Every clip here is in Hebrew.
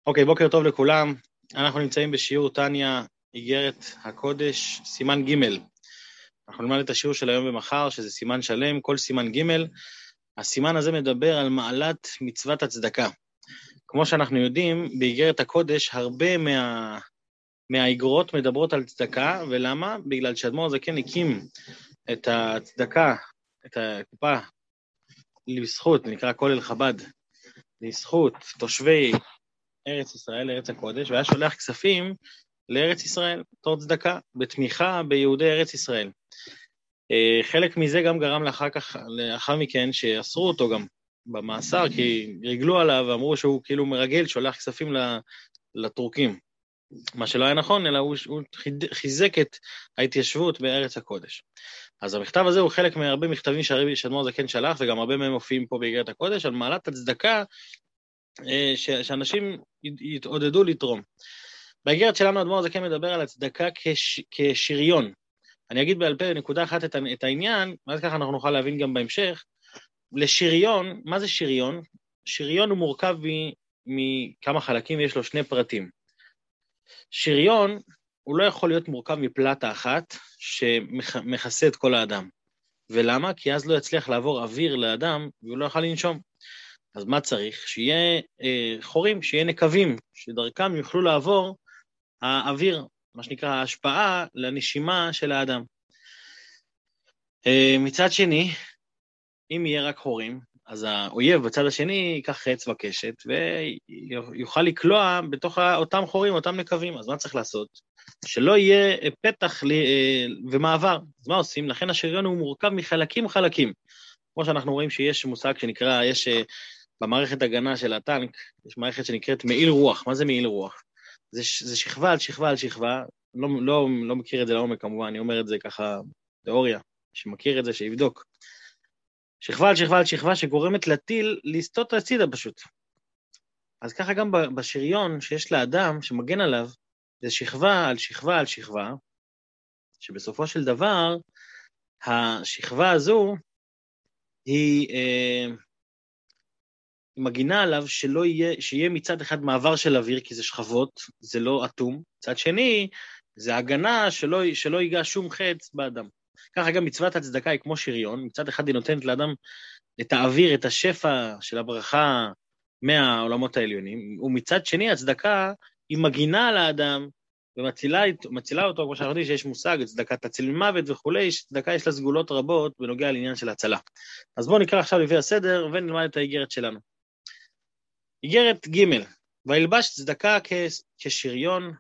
אוקיי, בוקר טוב לכולם. אנחנו נמצאים בשיעור תניה, איגרת הקודש, סימן ג'. אנחנו נלמד את השיעור של היום ומחר, שזה סימן שלם, כל סימן ג'. הסימן הזה מדבר על מעלת מצוות הצדקה. כמו שאנחנו יודעים, באיגרת הקודש, הרבה מהאיגרות מדברות על צדקה, ולמה? בגלל שאדמו"ר הזקן הקים את הצדקה, את הקופה, לזכות, נקרא כולל חב"ד, לזכות תושבי ארץ ישראל, ארץ הקודש, והיה שולח כספים לארץ ישראל, תור צדקה, בתמיכה ביהודי ארץ ישראל. חלק מזה גם גרם לאחר מכן שאסרו אותו גם במאסר, כי רגלו עליו ואמרו שהוא כאילו מרגל, שולח כספים לטורקים. מה שלא היה נכון, אלא הוא חיזק את ההתיישבות בארץ הקודש. אז המכתב הזה הוא חלק מהרבה מכתבים שאדמו"ר הזקן שלח, וגם הרבה מהם מופיעים פה באיגרת הקודש, על מעלת הצדקה, שאנשים יתעודדו לתרום. באיגרת שלנו אדמו"ר הזקן מדבר על הצדקה כשריון. אני אגיד בעל פה נקודה אחת את העניין, ואז ככה אנחנו נוכל להבין גם בהמשך. לשריון, מה זה שריון? שריון הוא מורכב מכמה חלקים ויש לו שני פרטים. שריון הוא לא יכול להיות מורכב מפלטה אחת שמכסה את כל האדם. ולמה? כי אז לא יצליח לעבור אוויר לאדם והוא לא יוכל לנשום. אז מה צריך? שיהיה חורים, שיהיה נקבים, שדרכם יוכלו לעבור האוויר, מה שנקרא ההשפעה לנשימה של האדם. מצד שני, אם יהיה רק חורים, אז האויב בצד השני ייקח חץ וקשת, ויוכל לקלוע בתוך אותם חורים, אותם נקבים. אז מה צריך לעשות? שלא יהיה פתח ומעבר. אז מה עושים? לכן השריון הוא מורכב מחלקים. כמו שאנחנו רואים שיש מושג שנקרא, יש במערכת הגנה של הטנק, יש מערכת שנקראת מעיל רוח. מה זה מעיל רוח? זה שכבה על שכבה על שכבה, לא מכיר את זה לעומק כמובן, אני אומר את זה ככה תיאוריה, שמכיר את זה שיבדוק. שכבה על שכבה על שכבה שגורמת לטיל לסטות הצידה פשוט. אז ככה גם בשריון שיש לאדם שמגן עליו, זה שכבה על שכבה על שכבה, שבסופו של דבר, השכבה הזו היא מגינה עליו שיהיה מצד אחד מעבר של אוויר, כי זה שכבות, זה לא אטום. מצד שני, זה הגנה שלא ייגע שום חץ באדם. ככה גם מצוות הצדקה היא כמו שריון, מצד אחד היא נותנת לאדם את האוויר, את השפע של הברכה מהעולמות העליונים, ומצד שני הצדקה היא מגינה על האדם, ומצילה אותו, כמו שאנחנו יודעים שיש מושג, צדקה תציל ממוות וכולי, צדקה יש לה סגולות רבות בנוגע לעניין של הצלה. אז בואו נקרא עכשיו לפי הסדר ונלמד את האיגרת שלנו. איגרת ג' וילבש צדקה כשריון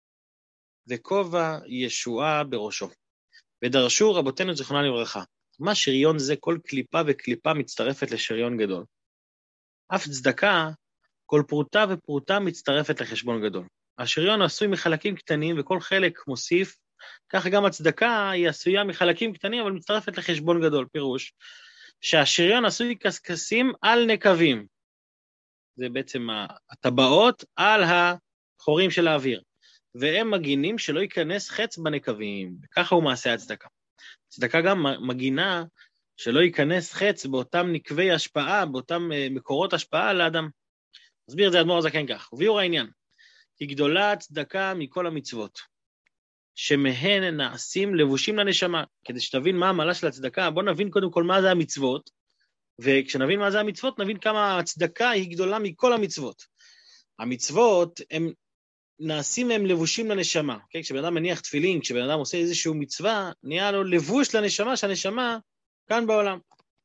וכובע ישועה בראשו. ודרשו רבותינו זיכרונם לברכה. מה שריון זה? כל קליפה וקליפה מצטרפת לשריון גדול. אף צדקה, כל פרוטה ופרוטה מצטרפת לחשבון גדול. השריון עשוי מחלקים קטנים וכל חלק מוסיף, ככה גם הצדקה היא עשויה מחלקים קטנים אבל מצטרפת לחשבון גדול. פירוש שהשריון עשוי קשקשים על נקבים. זה בעצם הטבעות על החורים של האוויר. והם מגינים שלא ייכנס חץ בנקבים. ככה הוא מעשה הצדקה. הצדקה גם מגינה שלא ייכנס חץ באותם נקבי השפעה, באותם מקורות השפעה לאדם. מסביר את זה אדמו"ר הזקן כך. וביאור העניין. כי גדולה הצדקה מכל המצוות, שמהן נעשים לבושים לנשמה. כדי שתבין מה המעלה של הצדקה, בוא נבין קודם כל מה זה המצוות, וכשנבין מה זה המצוות, נבין כמה הצדקה היא גדולה מכל המצוות. המצוות הם נעשים הם לבושים לנשמה. Okay? כשבן אדם מניח תפילין, כשבן אדם עושה איזשהו מצווה, נהיה לו לבוש לנשמה, שהנשמה כאן בעולם.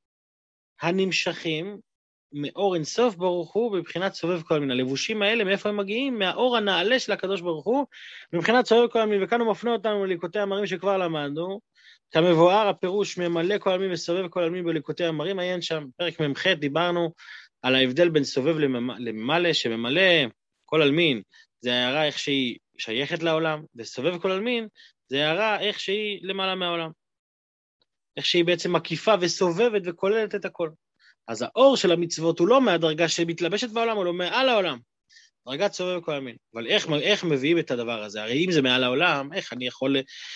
הנמשכים מאור אינסוף ברוך הוא, בבחינת סובב כל מיני. הלבושים האלה, מאיפה הם מגיעים? מהאור הנעלה של הקדוש ברוך הוא, בבחינת סובב כל מיני. וכאן הוא מפנה אותנו לליקוטי המרים שכבר למדנו, כמבואר הפירוש ממלא כל עלמין וסובב כל עלמין בליקוטי המרים, עיין שם, פרק ממ"ח דיברנו על ההבדל בין סובב לממלא, שממלא כל עלמין, זה הערה איך שהיא שייכת לעולם, וסובב כל עלמין, זה הערה איך שהיא למעלה מהעולם. איך שהיא בעצם מקיפה וסובבת וכוללת את הכל. אז האור של המצוות הוא לא מהדרגה שמתלבשת בעולם, הוא לא מעל העולם. דרגת סובב כל עלמין. אבל איך מביאים את הדבר הזה? הרי אם זה מעל העולם, איך אני יכול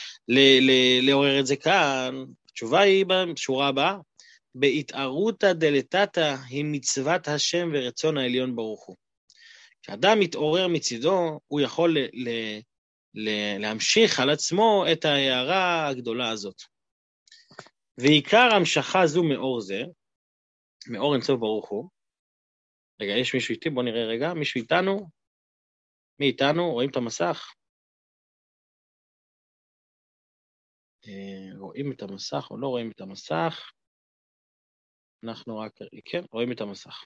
לעורר את זה כאן? התשובה היא בשורה הבאה. בהתערותא דלתתא היא מצוות השם ורצון העליון ברוך הוא. כשאדם מתעורר מצידו, הוא יכול להמשיך על עצמו את ההערה הגדולה הזאת. ועיקר המשכה זו מאור זה, מאור אינסוף ברוך הוא. רגע, יש מישהו איתי? בוא נראה רגע. מישהו איתנו? מי איתנו? רואים את המסך? רואים את המסך או לא רואים את המסך? אנחנו רק, כן, רואים את המסך.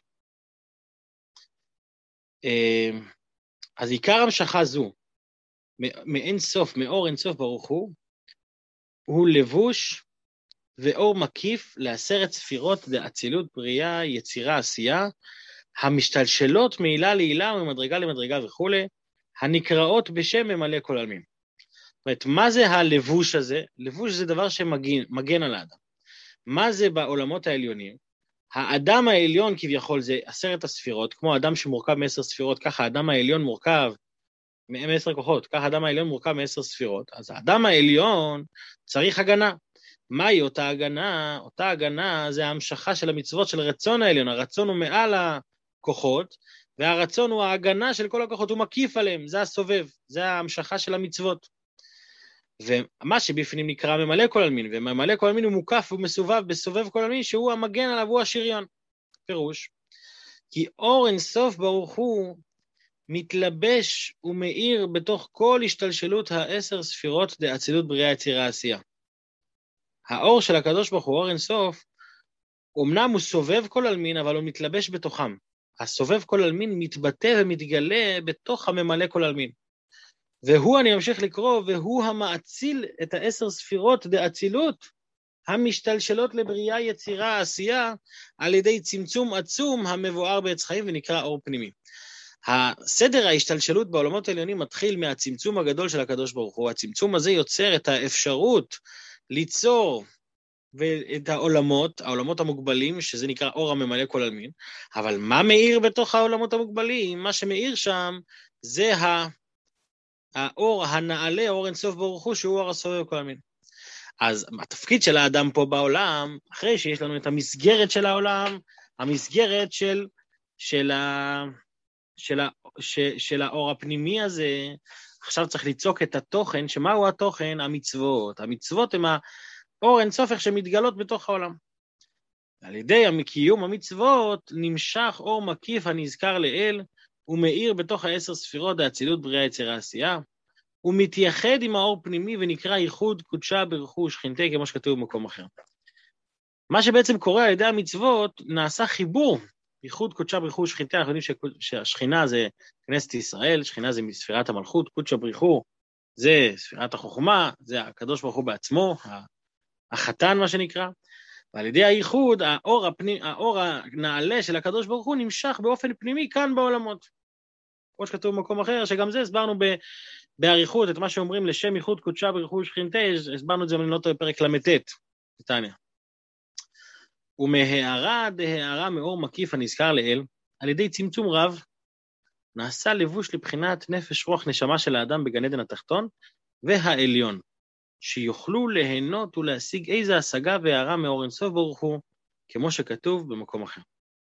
אז עיקר המשכה זו, מאין סוף, מאור אין סוף ברוך הוא לבוש ואור מקיף לעשרת ספירות דאצילות בריאה, יצירה, עשייה, המשתלשלות מעילה לעילה וממדרגה למדרגה וכו', הנקראות בשם ממלא כל עלמין. זאת אומרת, מה זה הלבוש הזה? לבוש זה דבר שמגן על האדם. מה זה בעולמות העליונים? האדם העליון כביכול זה 10 הספירות, כמו האדם שמורכב מ10 ספירות, ככה האדם העליון מורכב מ10 כוחות, ככה האדם העליון מורכב מ10 ספירות, אז האדם העליון צריך הגנה. מהי אותה הגנה? אותה הגנה זה ההמשכה של המצוות של רצון העליון, הרצון הוא מעל הכוחות, והרצון הוא ההגנה של כל הכוחות, הוא מקיף עליהם, זה הסובב, זה ההמשכה של המצוות. ומה שבפנים נקרא ממלא כל עלמין, וממלא כל עלמין הוא מוקף ומסובב בסובב כל עלמין, שהוא המגן עליו, הוא השריון. פירוש, כי אור אינסוף ברוך הוא מתלבש ומאיר בתוך כל השתלשלות 10 ספירות דאצילות בריאה יצירה עשייה. האור של הקדוש ברוך הוא, אור אינסוף, אמנם הוא סובב כל עלמין, אבל הוא מתלבש בתוכם. הסובב כל עלמין מתבטא ומתגלה בתוך הממלא כל עלמין. והוא, אני ממשיך לקרוא, והוא המאציל את 10 ספירות דאצילות, המשתלשלות לבריאה יצירה עשייה, על ידי צמצום עצום המבואר בעץ חיים ונקרא אור פנימי. הסדר ההשתלשלות בעולמות העליונים מתחיל מהצמצום הגדול של הקדוש ברוך הוא. הצמצום הזה יוצר את האפשרות ליצור את העולמות המוגבלים, שזה נקרא אור הממלא כל עלמין. אבל מה מאיר בתוך העולמות המוגבלים? מה שמאיר שם זה האור הנעלה, אור אינסוף ברוך הוא, שהוא אור הסובב כל עלמין. אז התפקיד של האדם פה בעולם, אחרי שיש לנו את המסגרת של העולם, המסגרת של האור הפנימי הזה, עכשיו צריך ליצוק את התוכן, שמהו התוכן? המצוות. המצוות הם האור אינסוף איך שמתגלות בתוך העולם. על ידי קיום המצוות נמשך אור מקיף הנזכר לאל, הוא מאיר בתוך 10 ספירות דאצילות בריאה יצירה עשייה, הוא מתייחד עם האור פנימי ונקרא ייחוד קודשה ברכו שכינתה, כמו שכתוב במקום אחר. מה שבעצם קורה על ידי המצוות, נעשה חיבור, ייחוד קודשה ברכו שכינתה. אנחנו יודעים שהשכינה זה כנסת ישראל, שכינה זה מספירת המלכות, קודשה ברכו זה ספירת החוכמה, זה הקדוש ברוך הוא בעצמו, החתן מה שנקרא, ועל ידי הייחוד, האור הנעלה של הקדוש ברוך הוא נמשך באופן פנימי כאן בעולמות. כמו שכתוב במקום אחר, שגם זה הסברנו בעריכות, את מה שאומרים לשם ייחוד קודשה ברכו שכינתה, הסברנו את זה במילונות בפרק למתת, נתניה. ומהערה דהערה מאור מקיף הנזכר לאל, על ידי צמצום רב, נעשה לבוש לבחינת נפש רוח נשמה של האדם בגן עדן התחתון והעליון, שיוכלו ליהנות ולהשיג איזה השגה והערה מאור אינסוף ברוך הוא, כמו שכתוב במקום אחר.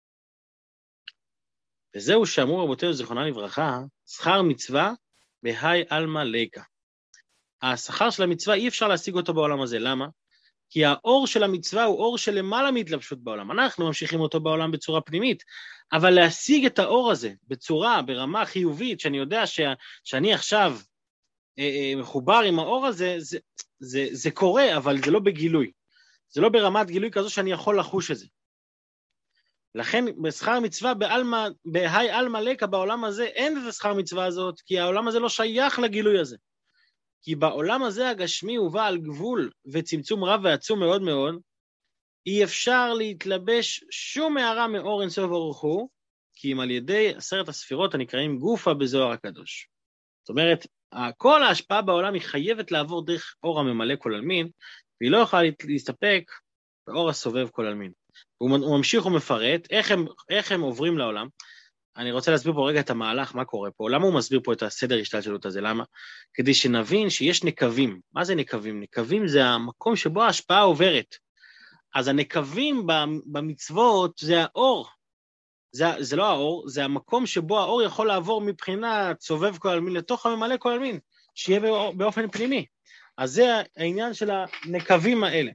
וזהו שאמרו רבותינו זיכרונם לברכה, שכר מצווה בהי עלמא ליקה. השכר של המצווה אי אפשר להשיג אותו בעולם הזה, למה? כי האור של המצווה הוא אור של למעלה מהתלבשות בעולם. אנחנו ממשיכים אותו בעולם בצורה פנימית, אבל להשיג את האור הזה ברמה חיובית, שאני יודע שאני עכשיו מחובר עם האור הזה, זה קורה, אבל זה לא בגילוי. זה לא ברמת גילוי כזו שאני יכול לחוש את זה. לכן בשכר מצווה בהי עלמא ליקה בעולם הזה אין את השכר מצווה הזאת, כי העולם הזה לא שייך לגילוי הזה. כי בעולם הזה הגשמי הוא בא על גבול וצמצום רב ועצום מאוד מאוד, אי אפשר להתלבש שום הערה מאור אינסוף ברוך הוא, כי אם על ידי 10 הספירות הנקראים גופה בזוהר הקדוש. זאת אומרת, כל ההשפעה בעולם היא חייבת לעבור דרך אור הממלא כל עלמין, והיא לא יכולה להסתפק באור הסובב כל עלמין. הוא ממשיך ומפרט איך הם עוברים לעולם. אני רוצה להסביר פה רגע את המהלך, מה קורה פה. למה הוא מסביר פה את הסדר השתלשלות הזה? למה? כדי שנבין שיש נקבים. מה זה נקבים? נקבים זה המקום שבו ההשפעה עוברת. אז הנקבים במצוות זה האור. זה לא האור, זה המקום שבו האור יכול לעבור מבחינה סובב כל עלמין לתוך הממלא כל עלמין, שיהיה באופן פנימי. אז זה העניין של הנקבים האלה.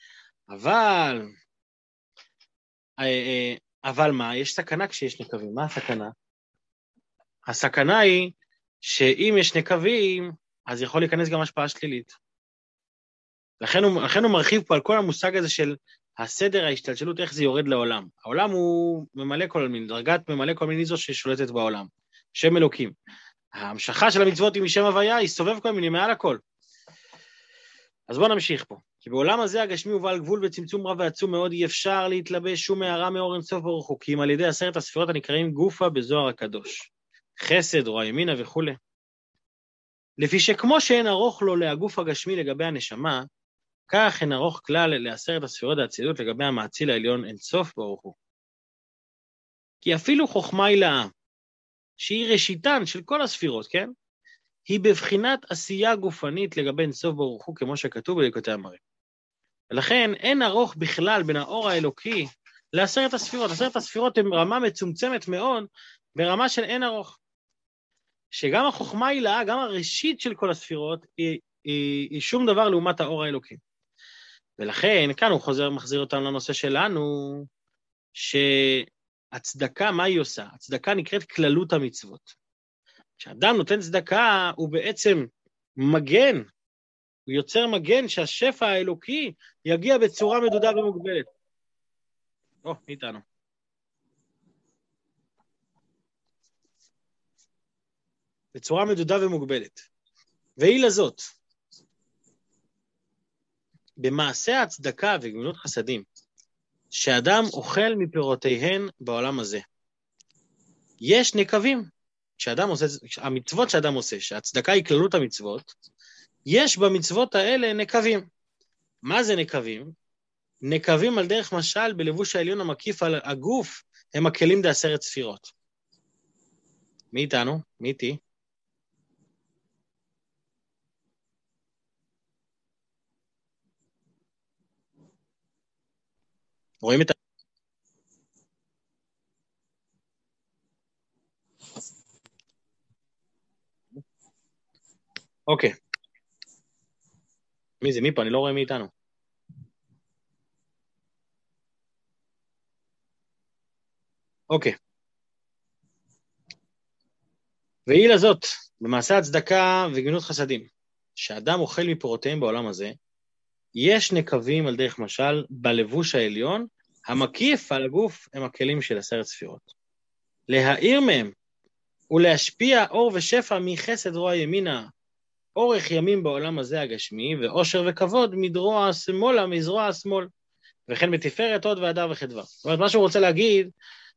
אבל מה? יש סכנה כשיש נקבים. מה הסכנה? הסכנה היא שאם יש נקבים, אז יכול להיכנס גם השפעה שלילית. לכן הוא מרחיב פה על כל המושג הזה של הסדר, ההשתלשלות, איך זה יורד לעולם. העולם הוא ממלא כל עלמין, דרגת ממלא כל עלמין היא זו ששולטת בעולם. שם אלוקים. ההמשכה של המצוות היא משם הוויה, היא סובב כל עלמין, היא מעל הכל. אז בואו נמשיך פה. כי בעולם הזה הגשמי הוא בעל גבול וצמצום רב ועצום מאוד, אי אפשר להתלבש שום הערה מאור אינסוף ברוך הוא, כי אם על ידי 10 הספירות הנקראים גופה בזוהר הקדוש. חסד, רוע ימינה וכו'. לפי שכמו שאין ארוך לו להגוף הגשמי לגבי הנשמה, כך אין ארוך כלל ל10 הספירות האצילות לגבי המאציל העליון אינסוף ברוך הוא. כי אפילו חוכמה הילאה, שהיא ראשיתן של כל הספירות, כן? היא בבחינת עשייה גופנית לגבי אינסוף ברוך הוא, כמו שכתוב בליקוטי המרים. ולכן אין ארוך בכלל בין האור האלוקי ל10 הספירות. 10 הספירות הן רמה מצומצמת מאוד, ברמה של אין ארוך. שגם החוכמה הילאה, גם הראשית של כל הספירות, היא שום דבר לעומת האור האלוקי. ולכן, כאן הוא מחזיר אותנו לנושא שלנו, שהצדקה, מה היא עושה? הצדקה נקראת כללות המצוות. כשאדם נותן צדקה, הוא בעצם מגן, הוא יוצר מגן שהשפע האלוקי יגיע בצורה מדודה ומוגבלת. איתנו. בצורה מדודה ומוגבלת. והיא לזאת, במעשה הצדקה וגמילות חסדים, שאדם אוכל מפירותיהן בעולם הזה. יש נקבים, שאדם עושה, המצוות שאדם עושה, שהצדקה היא כללות המצוות, יש במצוות האלה נקבים. מה זה נקבים? נקבים על דרך משל בלבוש העליון המקיף על הגוף, הם הכלים ד10 ספירות. מי איתנו? מי איתי? רואים את אוקיי. מי זה? מי פה? אני לא רואה מי איתנו. אוקיי. והיא לזאת, במעשה הצדקה וגמילות חסדים, שאדם אוכל מפירותיהם בעולם הזה, יש נקבים על דרך משל בלבוש העליון, המקיף על הגוף הם הכלים של 10 ספירות. להאיר מהם ולהשפיע אור ושפע מחסד רוע ימינה, אורך ימים בעולם הזה הגשמי, ואושר וכבוד מדרוע שמאלה מזרוע השמאל, וכן בתפארת עוד והדר וחדווה. זאת אומרת, מה שהוא רוצה להגיד,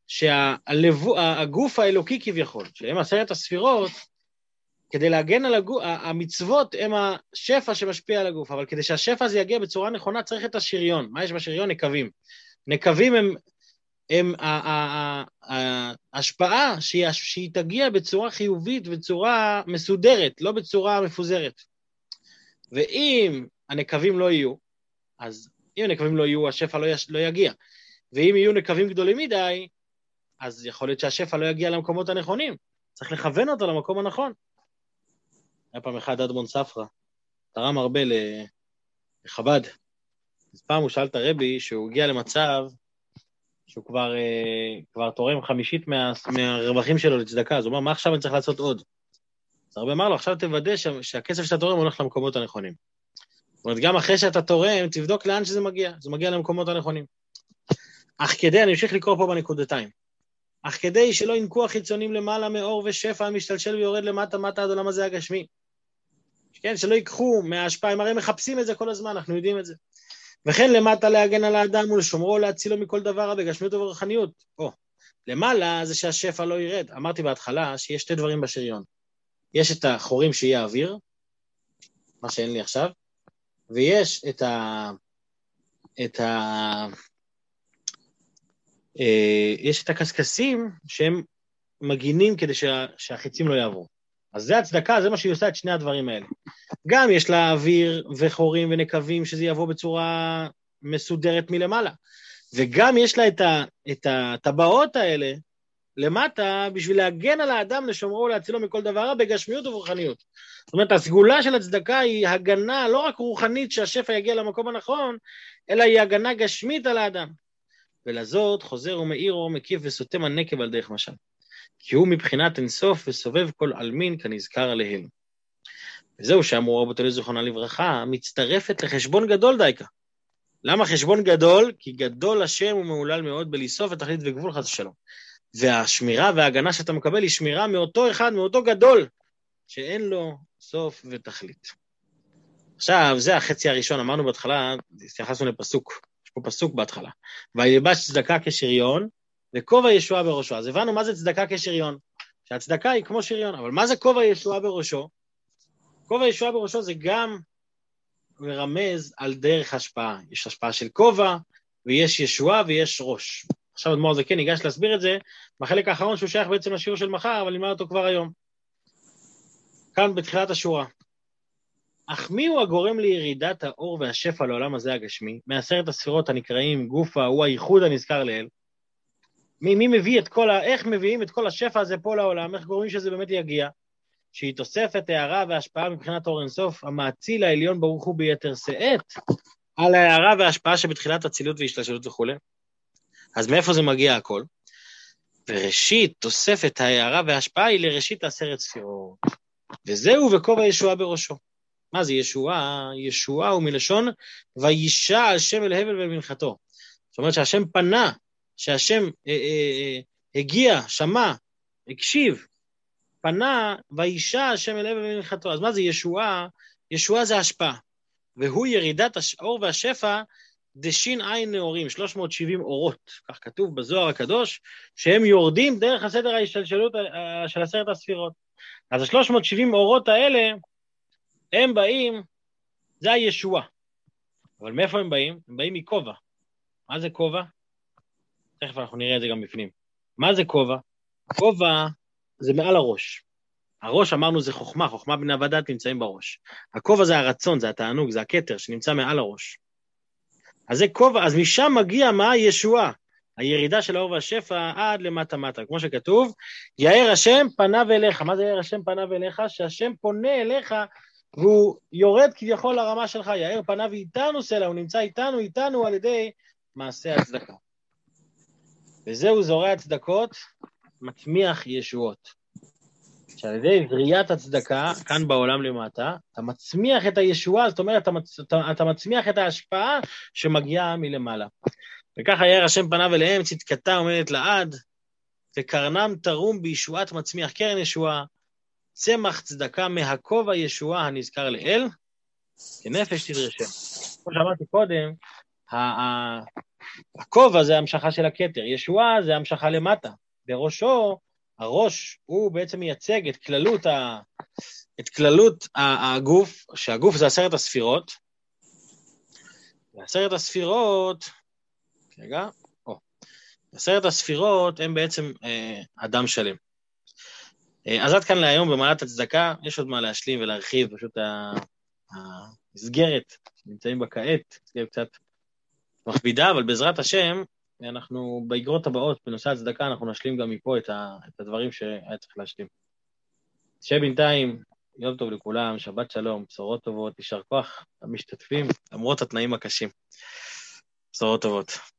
שהגוף האלוקי כביכול, שהם 10 הספירות, כדי להגן על הגוף, המצוות הם השפע שמשפיע על הגוף, אבל כדי שהשפע הזה יגיע בצורה נכונה, צריך את השריון. מה יש בשריון? נקבים. נקבים הם ההשפעה שהיא תגיע בצורה חיובית, בצורה מסודרת, לא בצורה מפוזרת. ואם הנקבים לא יהיו, אז אם הנקבים לא יהיו, השפע לא יגיע. ואם יהיו נקבים גדולים מדי, אז יכול להיות שהשפע לא יגיע למקומות הנכונים. צריך לכוון אותו למקום הנכון. היה פעם אחד אדמון ספרא, תרם הרבה לחב"ד. אז פעם הוא שאל את הרבי שהוא הגיע למצב שהוא כבר תורם 50% מהרווחים שלו לצדקה, אז הוא אומר, מה עכשיו אני צריך לעשות עוד? אז הרבי אמר לו, עכשיו תוודא שהכסף שאתה תורם הולך למקומות הנכונים. זאת אומרת, גם אחרי שאתה תורם, תבדוק לאן שזה מגיע, זה מגיע למקומות הנכונים. אך כדי, אני אמשיך לקרוא פה בנקודתיים, אך כדי שלא ינקו החיצונים למעלה מאור ושפע, משתלשל ויורד למטה עד עולם הזה הגשמי. כן, שלא ייקחו מההשפעה, הם הרי מחפשים את זה כל הזמן, אנחנו יודעים את זה. וכן למטה להגן על האדם ולשומרו, להצילו מכל דבר בגשמיות וברוחניות. למעלה זה שהשפע לא ירד. אמרתי בהתחלה שיש 2 דברים בשריון. יש את החורים שיהיה אוויר, מה שאין לי עכשיו, ויש יש את הקסקסים שהם מגינים כדי שהחיצים לא יעברו. אז זה הצדקה, זה מה שהיא עושה את 2 הדברים האלה. גם יש לה אוויר וחורים ונקבים שזה יבוא בצורה מסודרת מלמעלה. וגם יש לה את הטבעות האלה למטה בשביל להגן על האדם לשומרו ולהצילו מכל דבר בגשמיות וברוחניות. זאת אומרת, הסגולה של הצדקה היא הגנה לא רק רוחנית שהשפע יגיע למקום הנכון, אלא היא הגנה גשמית על האדם. ולזאת חוזר ומאיר אור מקיף וסותם הנקב על דרך משל. כי הוא מבחינת אינסוף וסובב כל אלמין כנזכר עליהם. וזהו שאמרו רבותינו זיכרונם לברכה, מצטרפת לחשבון גדול דייקה. למה חשבון גדול? כי גדול השם הוא מעולל מאוד בלסוף ותכלית וגבול חס ושלום. והשמירה וההגנה שאתה מקבל היא שמירה מאותו אחד, מאותו גדול, שאין לו סוף ותכלית. עכשיו, זה החצי הראשון, אמרנו בהתחלה, התייחסנו לפסוק, יש פה פסוק בהתחלה. וילבש צדקה כשריון, וכובע ישועה בראשו. אז הבנו מה זה צדקה כשריון, שהצדקה היא כמו שריון, אבל מה זה כובע ישועה בראשו? כובע ישועה בראשו זה גם מרמז על דרך השפעה. יש השפעה של כובע, ויש ישועה ויש ראש. עכשיו אדמו"ר הזקן ניגש להסביר את זה, בחלק האחרון שהוא שייך בעצם לשיעור של מחר, אבל נלמד אותו כבר היום. כאן בתחילת השורה. אך מי הוא הגורם לירידת האור והשפע לעולם הזה הגשמי? מעשרת הספירות הנקראים גופה, הוא הייחוד הנזכר לאל. מי מביא את איך מביאים את כל השפע הזה פה לעולם? איך גורמים שזה באמת יגיע? שהיא תוספת הערה והשפעה מבחינת אור אינסוף, המאציל העליון ברוך הוא ביתר שאת, על הערה וההשפעה שבתחילת הצילות והשתלשלות וכו'. אז מאיפה זה מגיע הכל? וראשית תוספת הערה וההשפעה היא לראשית 10 ספירות. וזהו וכובע ישועה בראשו. מה זה ישועה? ישועה הוא מלשון וישע על שם אל הבל ולמנחתו. זאת אומרת שהשם פנה, שהשם הגיע, שמע, הקשיב, פנה וישע על שם אל הבל ולמנחתו. אז מה זה ישועה? ישועה זה השפעה. והוא ירידת האור והשפע דשין עין נאורים, 370 אורות, כך כתוב בזוהר הקדוש, שהם יורדים דרך הסדר ההשתלשלות של 10 הספירות. אז ה-370 אורות האלה, הם באים, זה הישועה. אבל מאיפה הם באים? הם באים מכובע. מה זה כובע? תכף אנחנו נראה את זה גם בפנים. מה זה כובע? כובע זה מעל הראש. הראש אמרנו זה חוכמה, חוכמה בני הוודעת נמצאים בראש. הכובע זה הרצון, זה התענוג, זה הכתר שנמצא מעל הראש. אז זה כובע, אז משם מגיע מה הישועה? הירידה של האור והשפע עד למטה מטה. כמו שכתוב, יאר השם פניו אליך. מה זה יאר השם פניו אליך? שהשם פונה אליך והוא יורד כביכול לרמה שלך. יאר פניו איתנו סלע, הוא נמצא איתנו על ידי מעשה הצדקה. וזהו זורע הצדקות, מצמיח ישועות. שעל ידי זריעת הצדקה, כאן בעולם למטה, אתה מצמיח את הישועה, זאת אומרת, אתה מצמיח את ההשפעה שמגיעה מלמעלה. וככה יאר השם פניו אליהם, צדקתה עומדת לעד, וקרנם תרום בישועת מצמיח קרן ישועה, צמח צדקה מהכובע ישועה הנזכר לאל, כנפש תדרשם. כמו שאמרתי קודם, הכובע זה המשכה של הכתר, ישועה זה המשכה למטה, בראשו, הראש הוא בעצם מייצג את כללות הגוף, שהגוף זה 10 הספירות, ו10 הספירות, רגע, 10 הספירות הם בעצם אדם שלם. אז עד כאן להיום במעלת הצדקה, יש עוד מה להשלים ולהרחיב, פשוט המסגרת שנמצאים בה כעת, זה קצת מכבידה, אבל בעזרת השם, אנחנו באגרות הבאות, בנושא הצדקה, אנחנו נשלים גם מפה את הדברים שהיה צריך להשלים. שבינתיים, יום טוב לכולם, שבת שלום, בשורות טובות, יישר כוח המשתתפים, למרות התנאים הקשים. בשורות טובות.